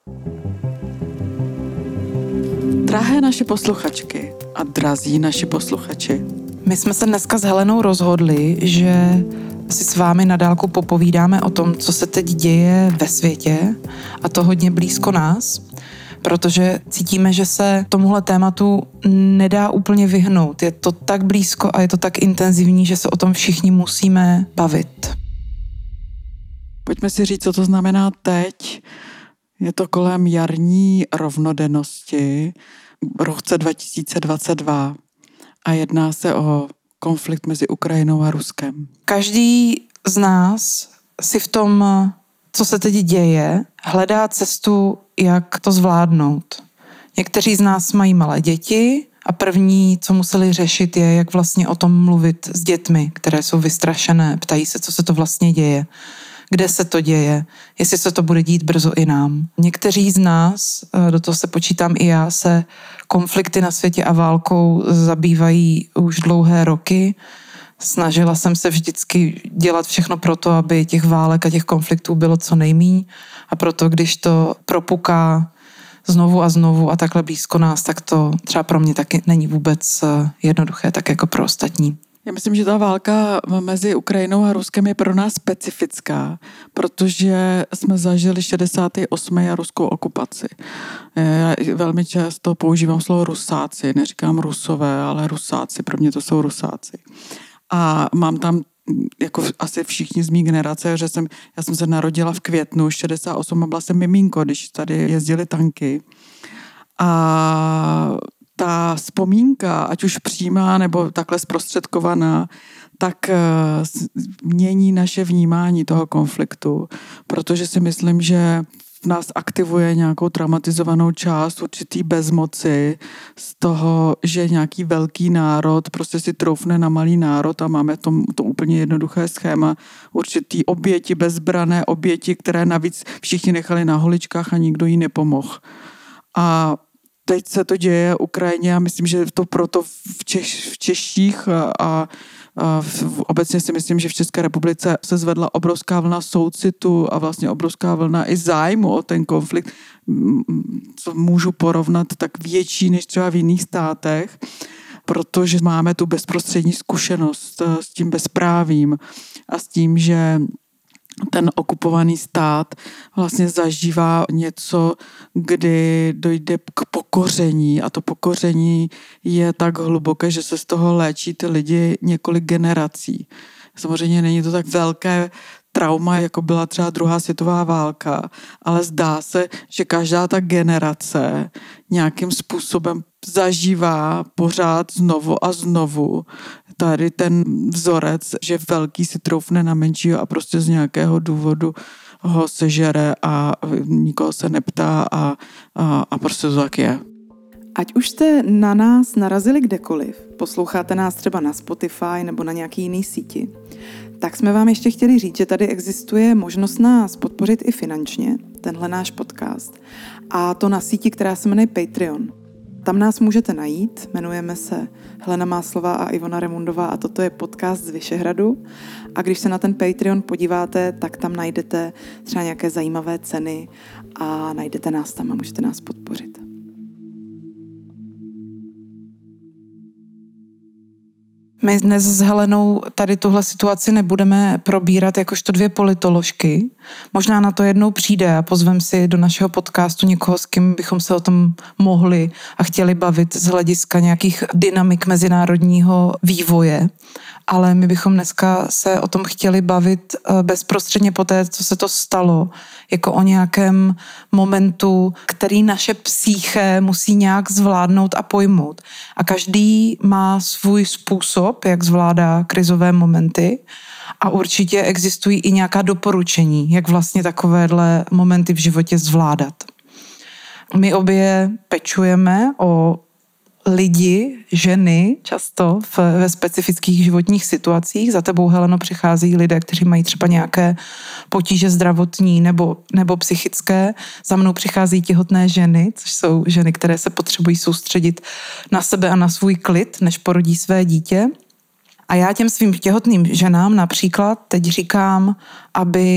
Drahé naše posluchačky a drazí naši posluchači. My jsme se dneska s Helenou rozhodli, že si s vámi na dálku popovídáme o tom, co se teď děje ve světě, a to hodně blízko nás, protože cítíme, že se tomuhle tématu nedá úplně vyhnout. Je to tak blízko a je to tak intenzivní, že se o tom všichni musíme bavit. Pojďme si říct, co to znamená teď. Je to kolem jarní rovnodennosti v roce 2022 a jedná se o konflikt mezi Ukrajinou a Ruskem. Každý z nás si v tom, co se teď děje, hledá cestu, jak to zvládnout. Někteří z nás mají malé děti a první, co museli řešit, je, jak vlastně o tom mluvit s dětmi, které jsou vystrašené, ptají se, co se to vlastně děje, kde se to děje, jestli se to bude dít brzo i nám. Někteří z nás, do toho se počítám i já, se konflikty na světě a válkou zabývají už dlouhé roky. Snažila jsem se vždycky dělat všechno pro to, aby těch válek a těch konfliktů bylo co nejmíň, a proto, když to propuká znovu a znovu a takhle blízko nás, tak to třeba pro mě taky není vůbec jednoduché, tak jako pro ostatní. Já myslím, že ta válka mezi Ukrajinou a Ruskem je pro nás specifická, protože jsme zažili 68. ruskou okupaci. Já velmi často používám slovo Rusáci, neříkám Rusové, ale Rusáci, pro mě to jsou Rusáci. A mám tam, jako asi všichni z mý generace, že já jsem se narodila v květnu 68 a byla jsem miminko, když tady jezdily tanky. A ta vzpomínka, ať už přímá nebo takhle zprostředkovaná, tak mění naše vnímání toho konfliktu, protože si myslím, že v nás aktivuje nějakou traumatizovanou část určitý bezmoci z toho, že nějaký velký národ prostě si troufne na malý národ a máme to úplně jednoduché schéma určitý oběti, bezbrané oběti, které navíc všichni nechali na holičkách a nikdo jí nepomohl. A teď se to děje Ukrajině a myslím, že to proto v Češích a obecně si myslím, že v České republice se zvedla obrovská vlna soucitu a vlastně obrovská vlna i zájmu o ten konflikt, co můžu porovnat, tak větší než třeba v jiných státech, protože máme tu bezprostřední zkušenost s tím bezprávím a s tím, že ten okupovaný stát vlastně zažívá něco, kdy dojde k pokoření a to pokoření je tak hluboké, že se z toho léčí ty lidi několik generací. Samozřejmě není to tak velké trauma, jako byla třeba druhá světová válka, ale zdá se, že každá ta generace nějakým způsobem zažívá pořád znovu a znovu tady ten vzorec, že velký si troufne na menšího a prostě z nějakého důvodu ho sežere a nikoho se neptá a prostě to tak je. Ať už jste na nás narazili kdekoliv, posloucháte nás třeba na Spotify nebo na nějaký jiný síti, tak jsme vám ještě chtěli říct, že tady existuje možnost nás podpořit i finančně, tenhle náš podcast, a to na síti, která se jmenuje Patreon. Tam nás můžete najít, jmenujeme se Helena Máslová a Ivona Remundová a toto je podcast z Vyšehradu. A když se na ten Patreon podíváte, tak tam najdete třeba nějaké zajímavé ceny a najdete nás tam a můžete nás podpořit. My dnes s Helenou tady tuhle situaci nebudeme probírat jakožto dvě politoložky. Možná na to jednou přijde a pozvem si do našeho podcastu někoho, s kým bychom se o tom mohli a chtěli bavit z hlediska nějakých dynamik mezinárodního vývoje. Ale my bychom dneska se o tom chtěli bavit bezprostředně po té, co se to stalo, jako o nějakém momentu, který naše psyché musí nějak zvládnout a pojmout. A každý má svůj způsob, jak zvládá krizové momenty, a určitě existují i nějaká doporučení, jak vlastně takovéhle momenty v životě zvládat. My obě pečujeme o lidi, ženy, často ve specifických životních situacích. Za tebou, Heleno, přichází lidé, kteří mají třeba nějaké potíže zdravotní nebo psychické. Za mnou přichází těhotné ženy, což jsou ženy, které se potřebují soustředit na sebe a na svůj klid, než porodí své dítě. A já těm svým těhotným ženám například teď říkám, aby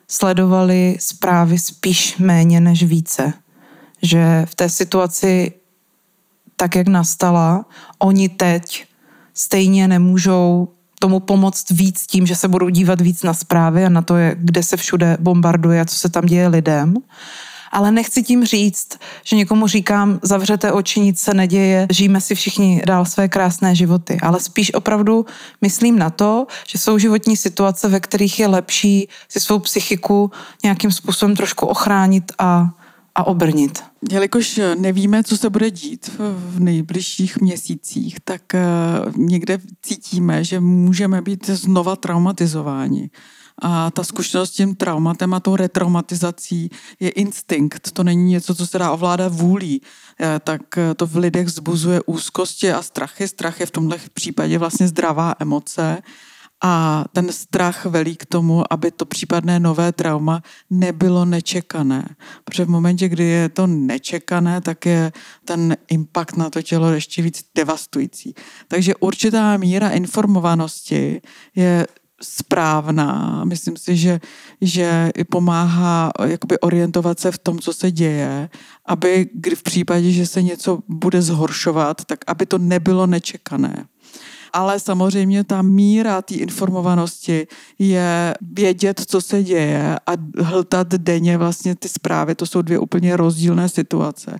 sledovali zprávy spíš méně než více. Že v té situaci, tak jak nastala, oni teď stejně nemůžou tomu pomoct víc tím, že se budou dívat víc na zprávy a na to, kde se všude bombarduje a co se tam děje lidem. Ale nechci tím říct, že někomu říkám, zavřete oči, nic se neděje, žijeme si všichni dál své krásné životy. Ale spíš opravdu myslím na to, že jsou životní situace, ve kterých je lepší si svou psychiku nějakým způsobem trošku ochránit a obrnit. Jelikož nevíme, co se bude dít v nejbližších měsících, tak někde cítíme, že můžeme být znova traumatizováni. A ta zkušenost s tím traumatem a tou retraumatizací je instinkt. To není něco, co se dá ovládat vůlí. Tak to v lidech vzbuzuje úzkosti a strachy. Strach je v tomhle případě vlastně zdravá emoce. A ten strach velí k tomu, aby to případné nové trauma nebylo nečekané. Protože v momentě, kdy je to nečekané, tak je ten impact na to tělo ještě víc devastující. Takže určitá míra informovanosti je správná. Myslím si, že pomáhá jakoby orientovat se v tom, co se děje, aby v případě, že se něco bude zhoršovat, tak aby to nebylo nečekané. Ale samozřejmě ta míra té informovanosti je vědět, co se děje a hltat denně vlastně ty zprávy. To jsou dvě úplně rozdílné situace.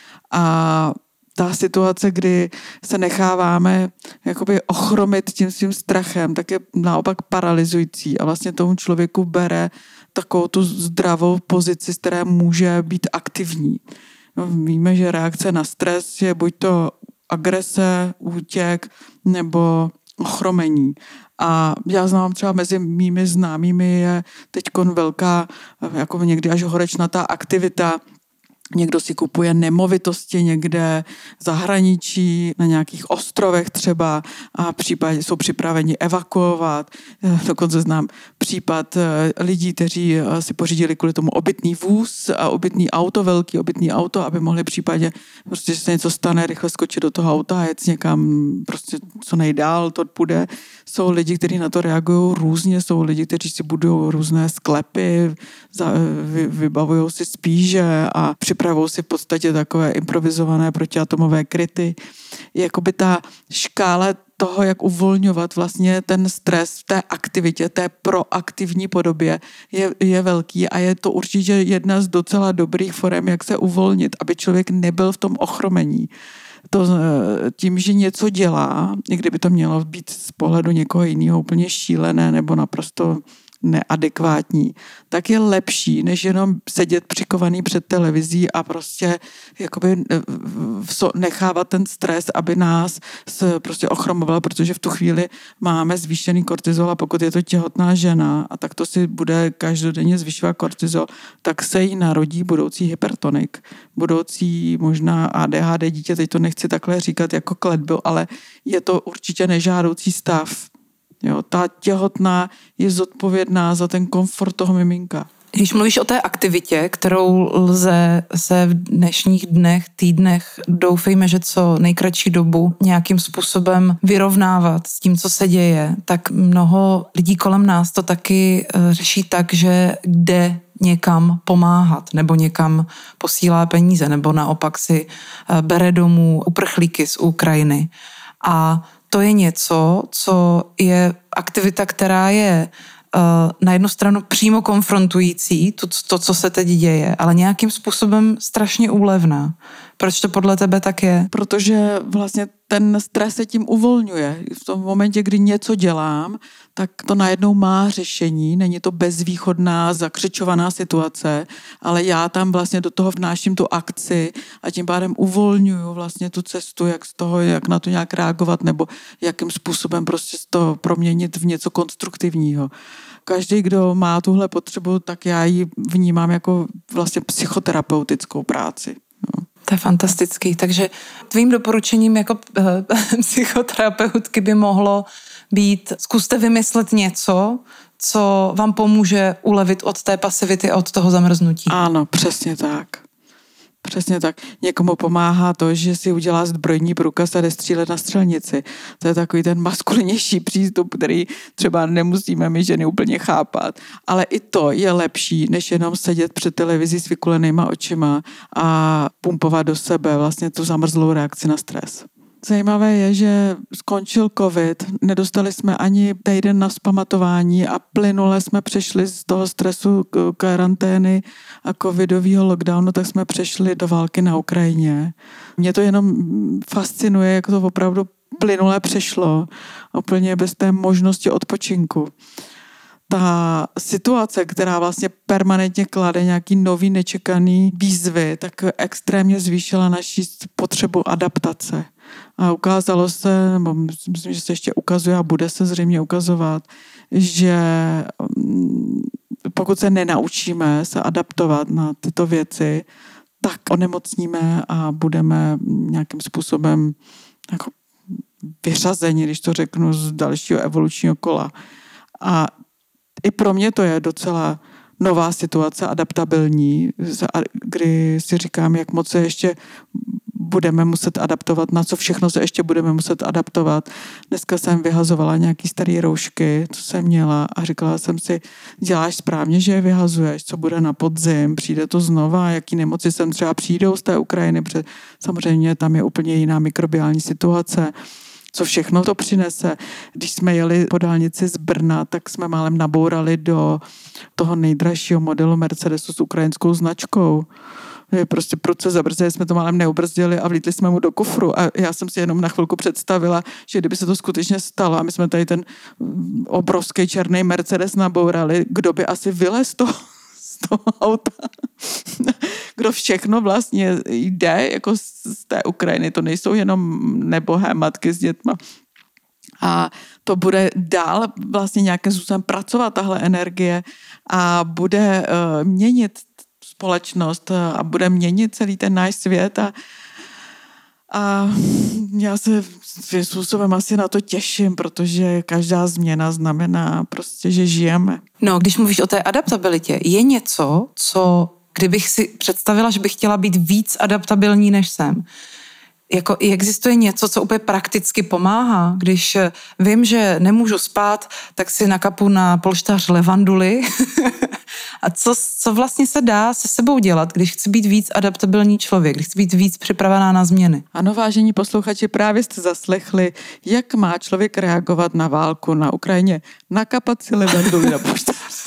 A ta situace, kdy se necháváme jakoby ochromit tím svým strachem, tak je naopak paralyzující a vlastně tomu člověku bere takovou tu zdravou pozici, z které může být aktivní. No, víme, že reakce na stres je buď to agrese, útěk nebo ochromení. A já znám třeba mezi mými známými je teďkon velká, jako někdy až horečnatá aktivita. Někdo si kupuje nemovitosti někde v zahraničí, na nějakých ostrovech třeba a v případě jsou připraveni evakuovat. Dokonce znám případ lidí, kteří si pořídili kvůli tomu obytný vůz a obytný auto, velký obytný auto, aby mohli v případě, prostě, že se něco stane, rychle skočit do toho auta a jet někam prostě co nejdál, to půjde. Jsou lidi, kteří na to reagují různě, jsou lidi, kteří si budují různé sklepy, vybavují si spíže a připravují si v podstatě takové improvizované protiatomové kryty. Jakoby ta škála toho, jak uvolňovat vlastně ten stres v té aktivitě, té proaktivní podobě je velký a je to určitě jedna z docela dobrých forem, jak se uvolnit, aby člověk nebyl v tom ochromení. To tím, že něco dělá, i kdyby to mělo být z pohledu někoho jiného úplně šílené nebo naprosto neadekvátní, tak je lepší, než jenom sedět přikovaný před televizí a prostě jakoby nechávat ten stres, aby nás prostě ochromoval, protože v tu chvíli máme zvýšený kortizol a pokud je to těhotná žena a tak to si bude každodenně zvyšovat kortizol, tak se jí narodí budoucí hypertonik, budoucí možná ADHD dítě, teď to nechci takhle říkat jako kletbu, ale je to určitě nežádoucí stav. Jo, ta těhotná je zodpovědná za ten komfort toho miminka. Když mluvíš o té aktivitě, kterou lze se v dnešních dnech, týdnech, doufejme, že co nejkratší dobu nějakým způsobem vyrovnávat s tím, co se děje, tak mnoho lidí kolem nás to taky řeší tak, že jde někam pomáhat nebo někam posílá peníze nebo naopak si bere domů uprchlíky z Ukrajiny. A to je něco, co je aktivita, která je na jednu stranu přímo konfrontující, to, co se teď děje, ale nějakým způsobem strašně úlevná. Proč to podle tebe tak je? Protože vlastně ten stres se tím uvolňuje. V tom momentě, kdy něco dělám, tak to najednou má řešení. Není to bezvýchodná, zakřičovaná situace, ale já tam vlastně do toho vnáším tu akci a tím pádem uvolňuju vlastně tu cestu, jak z toho, jak na to nějak reagovat nebo jakým způsobem prostě to proměnit v něco konstruktivního. Každý, kdo má tuhle potřebu, tak já ji vnímám jako vlastně psychoterapeutickou práci. No. To je fantastický. Takže tvým doporučením jako psychoterapeutky by mohlo být, zkuste vymyslet něco, co vám pomůže ulevit od té pasivity a od toho zamrznutí. Ano, přesně tak. Přesně tak. Někomu pomáhá to, že si udělá zbrojní průkaz a jde střílet na střelnici. To je takový ten maskulinější přístup, který třeba nemusíme my ženy úplně chápat. Ale i to je lepší, než jenom sedět před televizí s vykulenýma očima a pumpovat do sebe vlastně tu zamrzlou reakci na stres. Zajímavé je, že skončil covid, nedostali jsme ani týden na vzpamatování a plynule jsme přešli z toho stresu karantény a covidového lockdownu, tak jsme přešli do války na Ukrajině. Mě to jenom fascinuje, jak to opravdu plynule přešlo, úplně bez té možnosti odpočinku. Ta situace, která vlastně permanentně klade nějaký nový nečekaný výzvy, tak extrémně zvýšila naši potřebu adaptace. A ukázalo se, nebo myslím, že se ještě ukazuje a bude se zřejmě ukazovat, že pokud se nenaučíme se adaptovat na tyto věci, tak onemocníme a budeme nějakým způsobem jako vyřazeni, když to řeknu, z dalšího evolučního kola. A i pro mě to je docela nová situace, adaptabilní, kdy si říkám, jak moc se ještě budeme muset adaptovat, na co všechno se ještě budeme muset adaptovat. Dneska jsem vyhazovala nějaký staré roušky, co jsem měla a říkala jsem si, děláš správně, že je vyhazuješ, co bude na podzim, přijde to znova, jaký nemoci sem třeba přijdou z té Ukrajiny, protože samozřejmě tam je úplně jiná mikrobiální situace. Co všechno to přinese. Když jsme jeli po dálnici z Brna, tak jsme málem nabourali do toho nejdražšího modelu Mercedesu s ukrajinskou značkou. Prostě prudce zabrzdili, jsme to málem neubrzdili a vlítli jsme mu do kufru. A já jsem si jenom na chvilku představila, že kdyby se to skutečně stalo a my jsme tady ten obrovský černý Mercedes nabourali, kdo by asi vylez z toho auta. Kdo všechno vlastně jde jako z té Ukrajiny. To nejsou jenom nebohé matky s dětma. A to bude dál vlastně nějakým způsobem pracovat tahle energie a bude měnit společnost a bude měnit celý ten náš svět a já se svým způsobem asi na to těším, protože každá změna znamená prostě, že žijeme. No, když mluvíš o té adaptabilitě, je něco, co kdybych si představila, že bych chtěla být víc adaptabilní, než jsem. Jako existuje něco, co úplně prakticky pomáhá. Když vím, že nemůžu spát, tak si nakapu na polštář levanduly. A co vlastně se dá se sebou dělat, když chci být víc adaptabilní člověk, když chci být víc připravená na změny? Ano, vážení posluchači, právě jste zaslechli, jak má člověk reagovat na válku na Ukrajině. Nakapat si levanduly na polštář.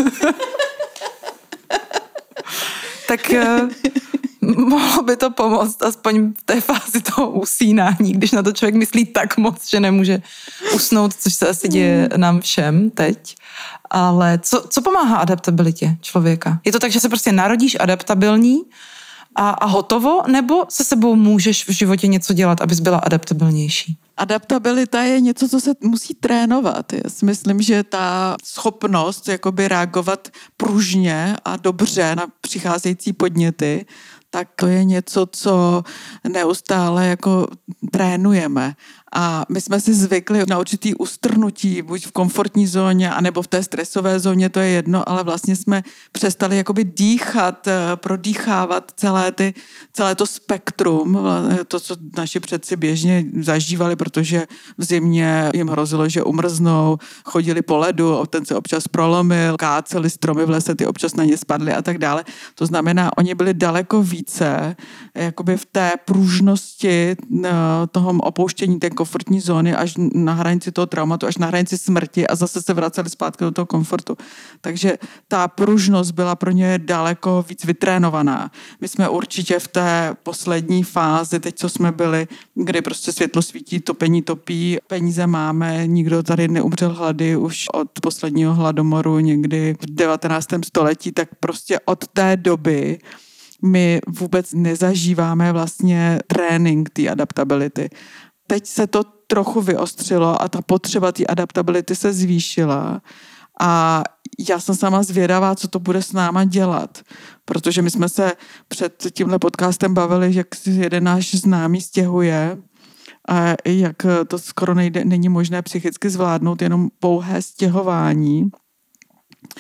Tak mohlo by to pomoct aspoň v té fázi toho usínání, když na to člověk myslí tak moc, že nemůže usnout, což se asi děje nám všem teď. Ale co pomáhá adaptabilitě člověka? Je to tak, že se prostě narodíš adaptabilní a hotovo, nebo se sebou můžeš v životě něco dělat, abys byla adaptabilnější? Adaptabilita je něco, co se musí trénovat. Já si myslím, že ta schopnost jakoby reagovat pružně a dobře na přicházející podněty, tak to je něco, co neustále jako trénujeme. A my jsme si zvykli na určitý ustrnutí, buď v komfortní zóně, anebo v té stresové zóně, to je jedno, ale vlastně jsme přestali jakoby dýchat, prodýchávat celé to spektrum, to, co naši předci běžně zažívali, protože v zimě jim hrozilo, že umrznou, chodili po ledu, ten se občas prolomil, káceli stromy v lese, ty občas na ně spadly a tak dále. To znamená, oni byli daleko více jakoby v té pružnosti toho opouštění té komfortní zóny až na hranici toho traumatu, až na hranici smrti a zase se vraceli zpátky do toho komfortu. Takže ta pružnost byla pro ně daleko víc vytrénovaná. My jsme určitě v té poslední fázi, teď co jsme byli, kdy prostě světlo svítí, topení topí, peníze máme, nikdo tady neumřel hlady už od posledního hladomoru někdy v 19. století, tak prostě od té doby my vůbec nezažíváme vlastně trénink té adaptability. Teď se to trochu vyostřilo a ta potřeba té adaptability se zvýšila a já jsem sama zvědavá, co to bude s náma dělat, protože my jsme se před tímhle podcastem bavili, jak si jeden náš známý stěhuje a jak to skoro není možné psychicky zvládnout, jenom pouhé stěhování.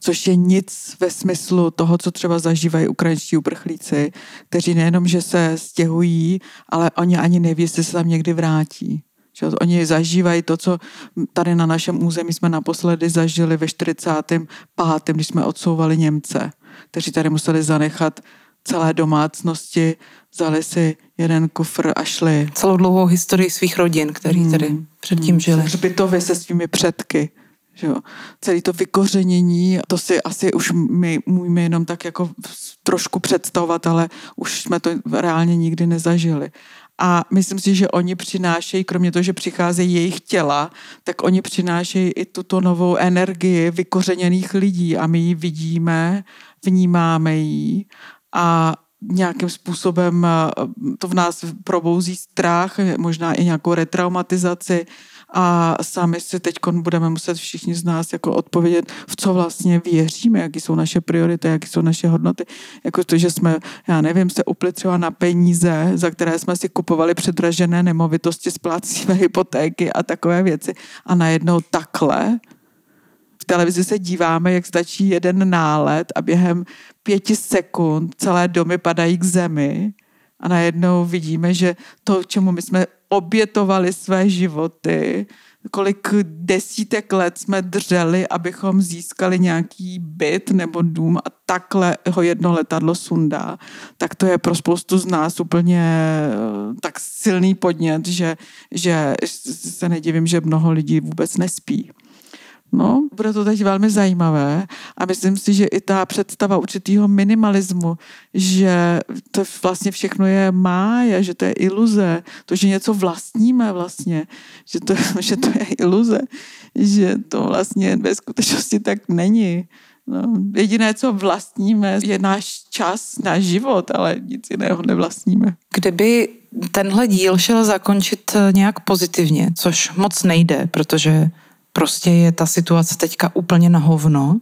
což je nic ve smyslu toho, co třeba zažívají ukrajinští uprchlíci, kteří nejenom, že se stěhují, ale oni ani neví, jestli se tam někdy vrátí. Že oni zažívají to, co tady na našem území jsme naposledy zažili ve 45., když jsme odsouvali Němce, kteří tady museli zanechat celé domácnosti, vzali si jeden kufr a šli. Celou dlouhou historii svých rodin, který tady předtím žili. Hřbitovy se svými předky. Že jo. Celé to vykořenění, to si asi už my můžeme jenom tak jako trošku představovat, ale už jsme to reálně nikdy nezažili. A myslím si, že oni přinášejí, kromě toho, že přicházejí jejich těla, tak oni přinášejí i tuto novou energii vykořeněných lidí a my ji vidíme, vnímáme ji a nějakým způsobem to v nás probouzí strach, možná i nějakou retraumatizaci a sami si teď budeme muset všichni z nás jako odpovědět, v co vlastně věříme, jaký jsou naše priority, jaké jsou naše hodnoty. Jako to, že jsme, já nevím, se upli třeba na peníze, za které jsme si kupovali předražené nemovitosti, splácíme hypotéky a takové věci a najednou takhle v televizi se díváme, jak stačí jeden nálet a během 5 sekund celé domy padají k zemi a najednou vidíme, že to, čemu my jsme obětovali své životy, kolik desítek let jsme dřeli, abychom získali nějaký byt nebo dům a takhle ho jedno letadlo sundá, tak to je pro spoustu z nás úplně tak silný podnět, že se nedivím, že mnoho lidí vůbec nespí. No, bude to teď velmi zajímavé a myslím si, že i ta představa určitého minimalismu, že to vlastně všechno je mája, že to je iluze, to, že něco vlastníme vlastně, že to je iluze, že to vlastně ve skutečnosti tak není. No, jediné, co vlastníme, je náš čas, náš život, ale nic jiného nevlastníme. Kdyby tenhle díl šel zakončit nějak pozitivně, což moc nejde, protože prostě je ta situace teďka úplně na hovno,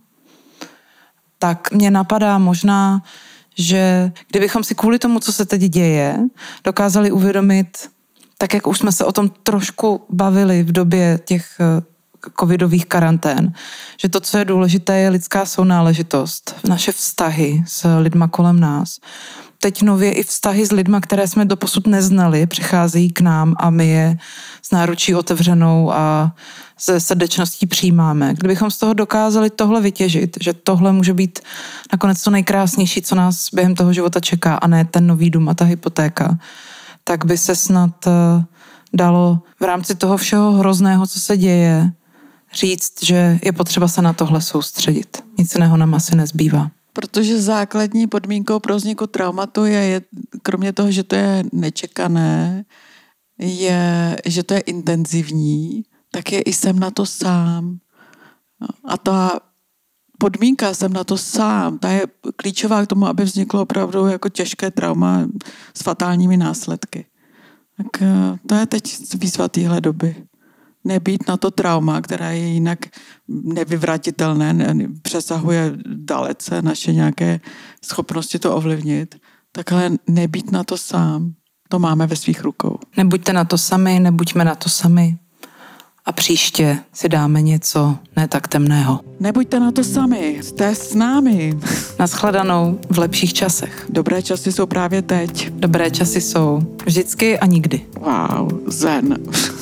tak mě napadá možná, že kdybychom si kvůli tomu, co se teď děje, dokázali uvědomit, tak jak už jsme se o tom trošku bavili v době těch covidových karantén, že to, co je důležité, je lidská sounáležitost, naše vztahy s lidma kolem nás. Teď nově i vztahy s lidma, které jsme doposud neznali, přicházejí k nám a my je s náručí otevřenou a se srdečností přijímáme. Kdybychom z toho dokázali tohle vytěžit, že tohle může být nakonec to nejkrásnější, co nás během toho života čeká, a ne ten nový dům a ta hypotéka, tak by se snad dalo v rámci toho všeho hrozného, co se děje, říct, že je potřeba se na tohle soustředit. Nic jiného nám asi nezbývá. Protože základní podmínkou pro vzniku traumatu je, kromě toho, že to je nečekané, je, že to je intenzivní, tak je i jsem na to sám. A ta podmínka jsem na to sám, ta je klíčová k tomu, aby vzniklo opravdu jako těžké trauma s fatálními následky. Tak to je teď výzva téhle doby. Nebýt na to trauma, které je jinak nevyvratitelné, přesahuje dalece naše nějaké schopnosti to ovlivnit, tak ale nebýt na to sám, to máme ve svých rukou. Nebuďte na to sami, nebuďme na to sami a příště si dáme něco ne tak temného. Nebuďte na to sami, jste s námi. Nashledanou v lepších časech. Dobré časy jsou právě teď. Dobré časy jsou vždycky a nikdy. Wow, zen.